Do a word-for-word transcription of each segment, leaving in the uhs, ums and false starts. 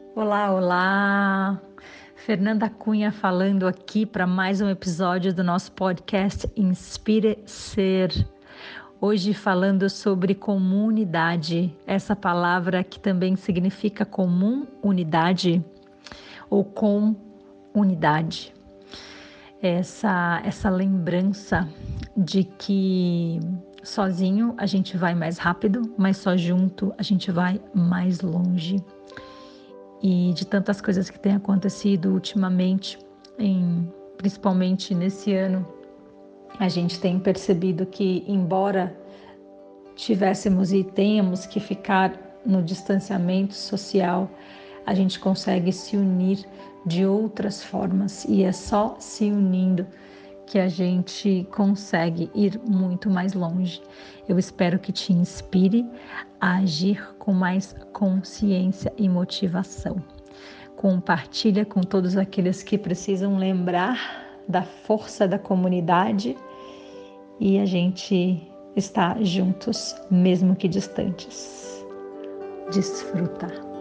Olá, olá! Fernanda Cunha falando aqui para mais um episódio do nosso podcast Inspire Ser. Hoje falando sobre comunidade, essa palavra que também significa comum, unidade ou com unidade. Essa, essa lembrança de que sozinho a gente vai mais rápido, mas só junto a gente vai mais longe. E de tantas coisas que têm acontecido ultimamente, em, principalmente nesse ano, a gente tem percebido que, embora tivéssemos e tenhamos que ficar no distanciamento social, a gente consegue se unir de outras formas, e é só se unindo que a gente consegue ir muito mais longe. Eu espero que te inspire a agir com mais consciência e motivação. Compartilha com todos aqueles que precisam lembrar da força da comunidade e a gente está juntos, mesmo que distantes. Desfruta.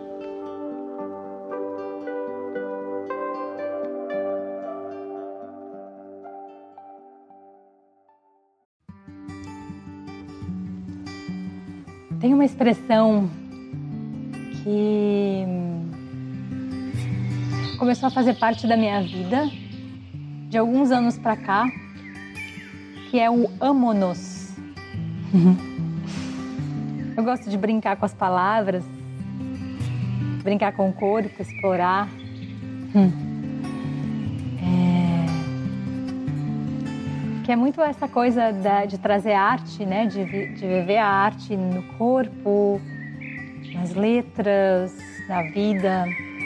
Tem uma expressão que começou a fazer parte da minha vida de alguns anos pra cá, que é o amo-nos. Eu gosto de brincar com as palavras, brincar com o corpo, explorar. Que é muito essa coisa da, de trazer arte, né? De, de viver a arte no corpo, nas letras, na vida.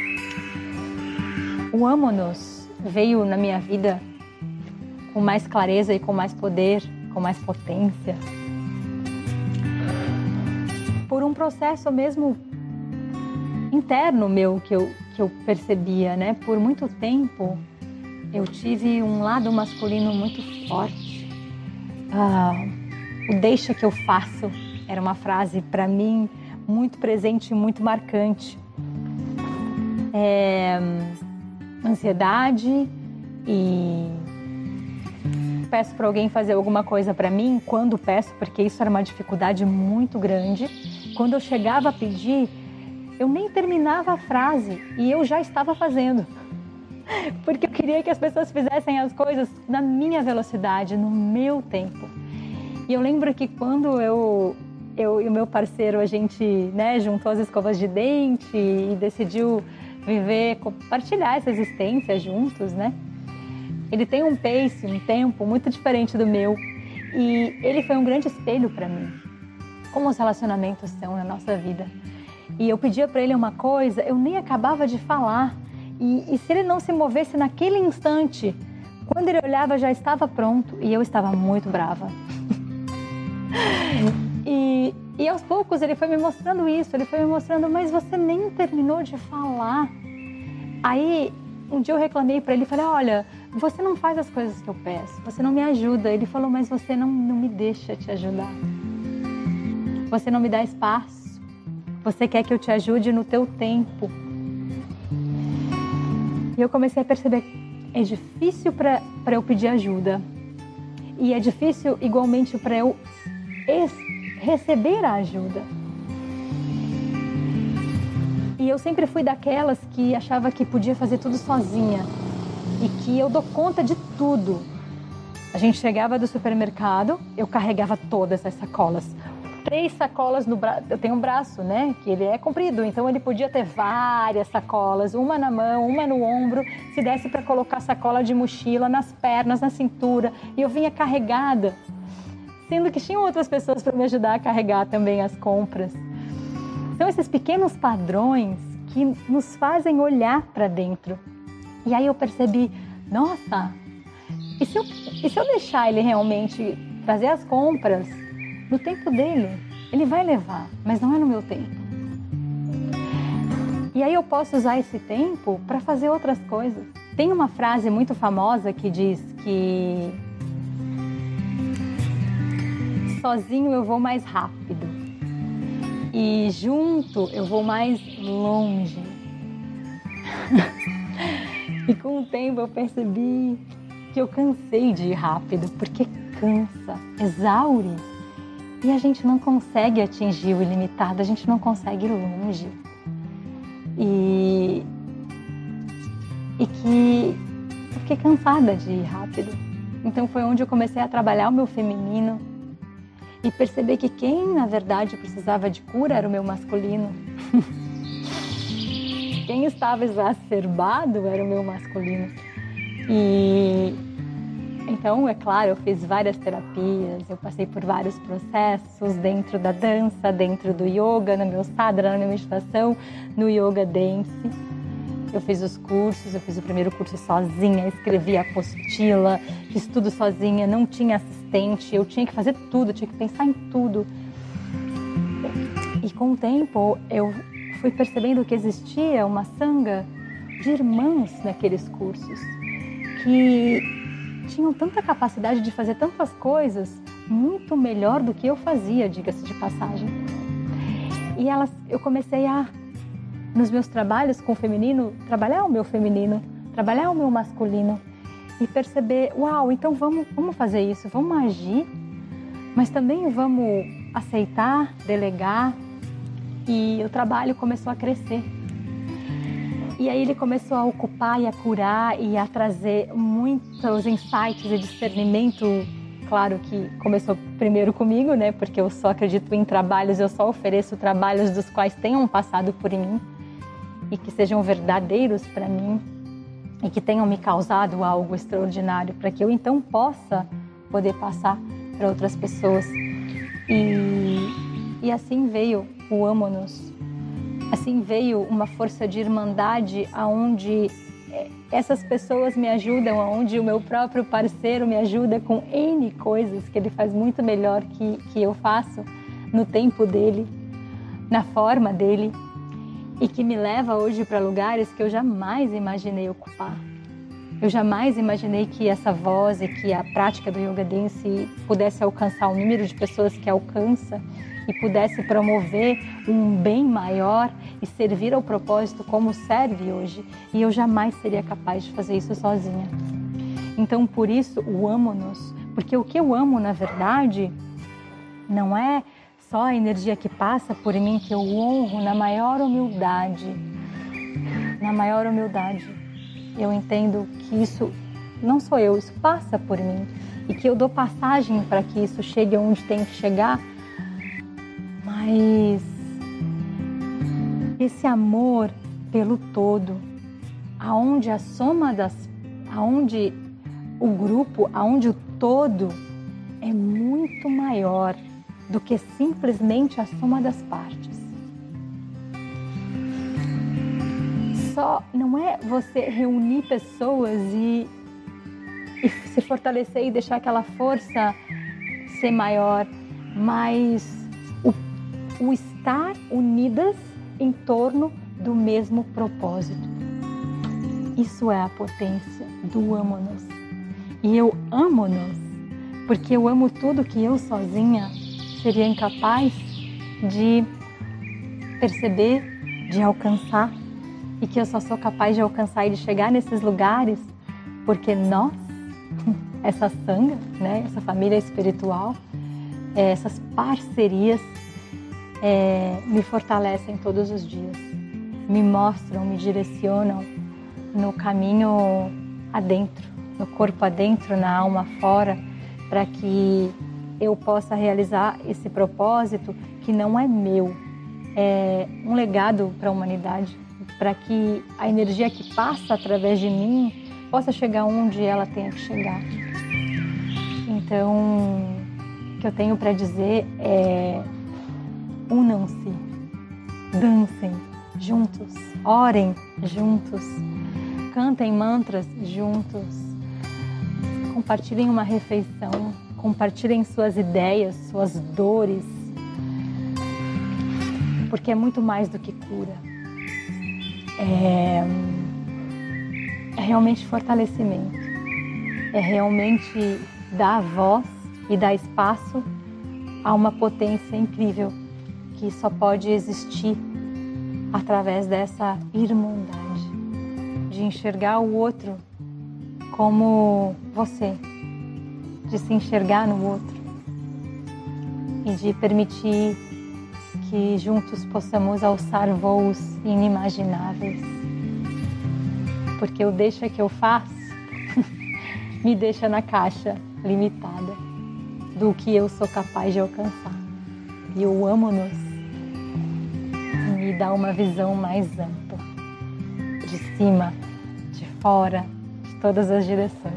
O amo-nos veio na minha vida com mais clareza e com mais poder, com mais potência. Por um processo mesmo interno meu que eu, que eu percebia, né? Por muito tempo eu tive um lado masculino muito forte. Ah, o deixa que eu faço era uma frase para mim muito presente e muito marcante. É, ansiedade e peço para alguém fazer alguma coisa para mim. Quando peço, porque isso era uma dificuldade muito grande, quando eu chegava a pedir, eu nem terminava a frase e eu já estava fazendo. Porque eu queria que as pessoas fizessem as coisas na minha velocidade, no meu tempo. E eu lembro que quando eu, eu e o meu parceiro, a gente, né, juntou as escovas de dente e decidiu viver, compartilhar essa existência juntos, né? Ele tem um pace, um tempo muito diferente do meu. E ele foi um grande espelho para mim. Como os relacionamentos são na nossa vida. E eu pedia para ele uma coisa, eu nem acabava de falar. E, e se ele não se movesse naquele instante, quando ele olhava já estava pronto e eu estava muito brava. e, e aos poucos ele foi me mostrando isso, ele foi me mostrando, mas você nem terminou de falar. Aí um dia eu reclamei para ele e falei, olha, você não faz as coisas que eu peço, você não me ajuda. Ele falou, mas você não, não me deixa te ajudar. Você não me dá espaço, você quer que eu te ajude no teu tempo. E eu comecei a perceber que é difícil para eu pedir ajuda. E é difícil igualmente para eu receber a ajuda. E eu sempre fui daquelas que achava que podia fazer tudo sozinha. E que eu dou conta de tudo. A gente chegava do supermercado, eu carregava todas as sacolas. Três sacolas no braço, eu tenho um braço, né, que ele é comprido, então ele podia ter várias sacolas, uma na mão, uma no ombro, se desse para colocar sacola de mochila nas pernas, na cintura, e eu vinha carregada, sendo que tinham outras pessoas para me ajudar a carregar também as compras. São esses pequenos padrões que nos fazem olhar para dentro. E aí eu percebi, nossa, e se eu, e se eu deixar ele realmente trazer as compras no tempo dele? Ele vai levar, mas não é no meu tempo. E aí eu posso usar esse tempo para fazer outras coisas. Tem uma frase muito famosa que diz que sozinho eu vou mais rápido e junto eu vou mais longe. E com o tempo eu percebi que eu cansei de ir rápido, porque cansa, exaure. E a gente não consegue atingir o ilimitado, a gente não consegue ir longe. E, e que eu fiquei cansada de ir rápido. Então foi onde eu comecei a trabalhar o meu feminino e perceber que quem, na verdade, precisava de cura era o meu masculino. Quem estava exacerbado era o meu masculino. E então, é claro, eu fiz várias terapias, eu passei por vários processos dentro da dança, dentro do yoga, no meu sadhana, na minha meditação, no yoga dance. Eu fiz os cursos, eu fiz o primeiro curso sozinha, escrevi a apostila, fiz tudo sozinha, não tinha assistente, eu tinha que fazer tudo, eu tinha que pensar em tudo. E com o tempo, eu fui percebendo que existia uma sanga de irmãs naqueles cursos, que tinham tanta capacidade de fazer tantas coisas muito melhor do que eu fazia, diga-se de passagem. E elas, eu comecei a, nos meus trabalhos com o feminino, trabalhar o meu feminino, trabalhar o meu masculino e perceber, uau, então vamos, vamos fazer isso, vamos agir, mas também vamos aceitar, delegar, e o trabalho começou a crescer. E aí ele começou a ocupar e a curar e a trazer muitos insights e discernimento. Claro que começou primeiro comigo, né? Porque eu só acredito em trabalhos, eu só ofereço trabalhos dos quais tenham passado por mim e que sejam verdadeiros para mim e que tenham me causado algo extraordinário para que eu então possa poder passar para outras pessoas. E, e assim veio o Amo-nos. Assim veio uma força de irmandade aonde essas pessoas me ajudam, aonde o meu próprio parceiro me ajuda com N coisas que ele faz muito melhor que, que eu faço, no tempo dele, na forma dele, e que me leva hoje para lugares que eu jamais imaginei ocupar. Eu jamais imaginei que essa voz e que a prática do Yoga Dance pudesse alcançar o número de pessoas que alcança e pudesse promover um bem maior e servir ao propósito como serve hoje. E eu jamais seria capaz de fazer isso sozinha. Então, por isso, o Amo-nos. Porque o que eu amo, na verdade, não é só a energia que passa por mim, que eu honro na maior humildade. Na maior humildade. Eu entendo que isso não sou eu, isso passa por mim. E que eu dou passagem para que isso chegue onde tem que chegar. Mas esse amor pelo todo, aonde a soma das, aonde o grupo, aonde o todo é muito maior do que simplesmente a soma das partes. Só não é você reunir pessoas e, e se fortalecer e deixar aquela força ser maior, mas o estar unidas em torno do mesmo propósito. Isso é a potência do Amo-nos. E eu amo-nos porque eu amo tudo que eu sozinha seria incapaz de perceber, de alcançar, e que eu só sou capaz de alcançar e de chegar nesses lugares porque nós, essa sanga, né, essa família espiritual, essas parcerias, É, me fortalecem todos os dias, me mostram, me direcionam no caminho adentro, no corpo adentro, na alma fora, para que eu possa realizar esse propósito que não é meu, é um legado para a humanidade, para que a energia que passa através de mim possa chegar onde ela tenha que chegar. Então, o que eu tenho para dizer é: unam-se, dancem juntos, orem juntos, cantem mantras juntos, compartilhem uma refeição, compartilhem suas ideias, suas dores, porque é muito mais do que cura. É, é realmente fortalecimento, é realmente dar voz e dar espaço a uma potência incrível que só pode existir através dessa irmandade. de enxergar o outro como você, de se enxergar no outro e de permitir que juntos possamos alçar voos inimagináveis. Porque o deixa que eu faço me deixa na caixa limitada do que eu sou capaz de alcançar. E o amo-nos me dá uma visão mais ampla, de cima, de fora, de todas as direções.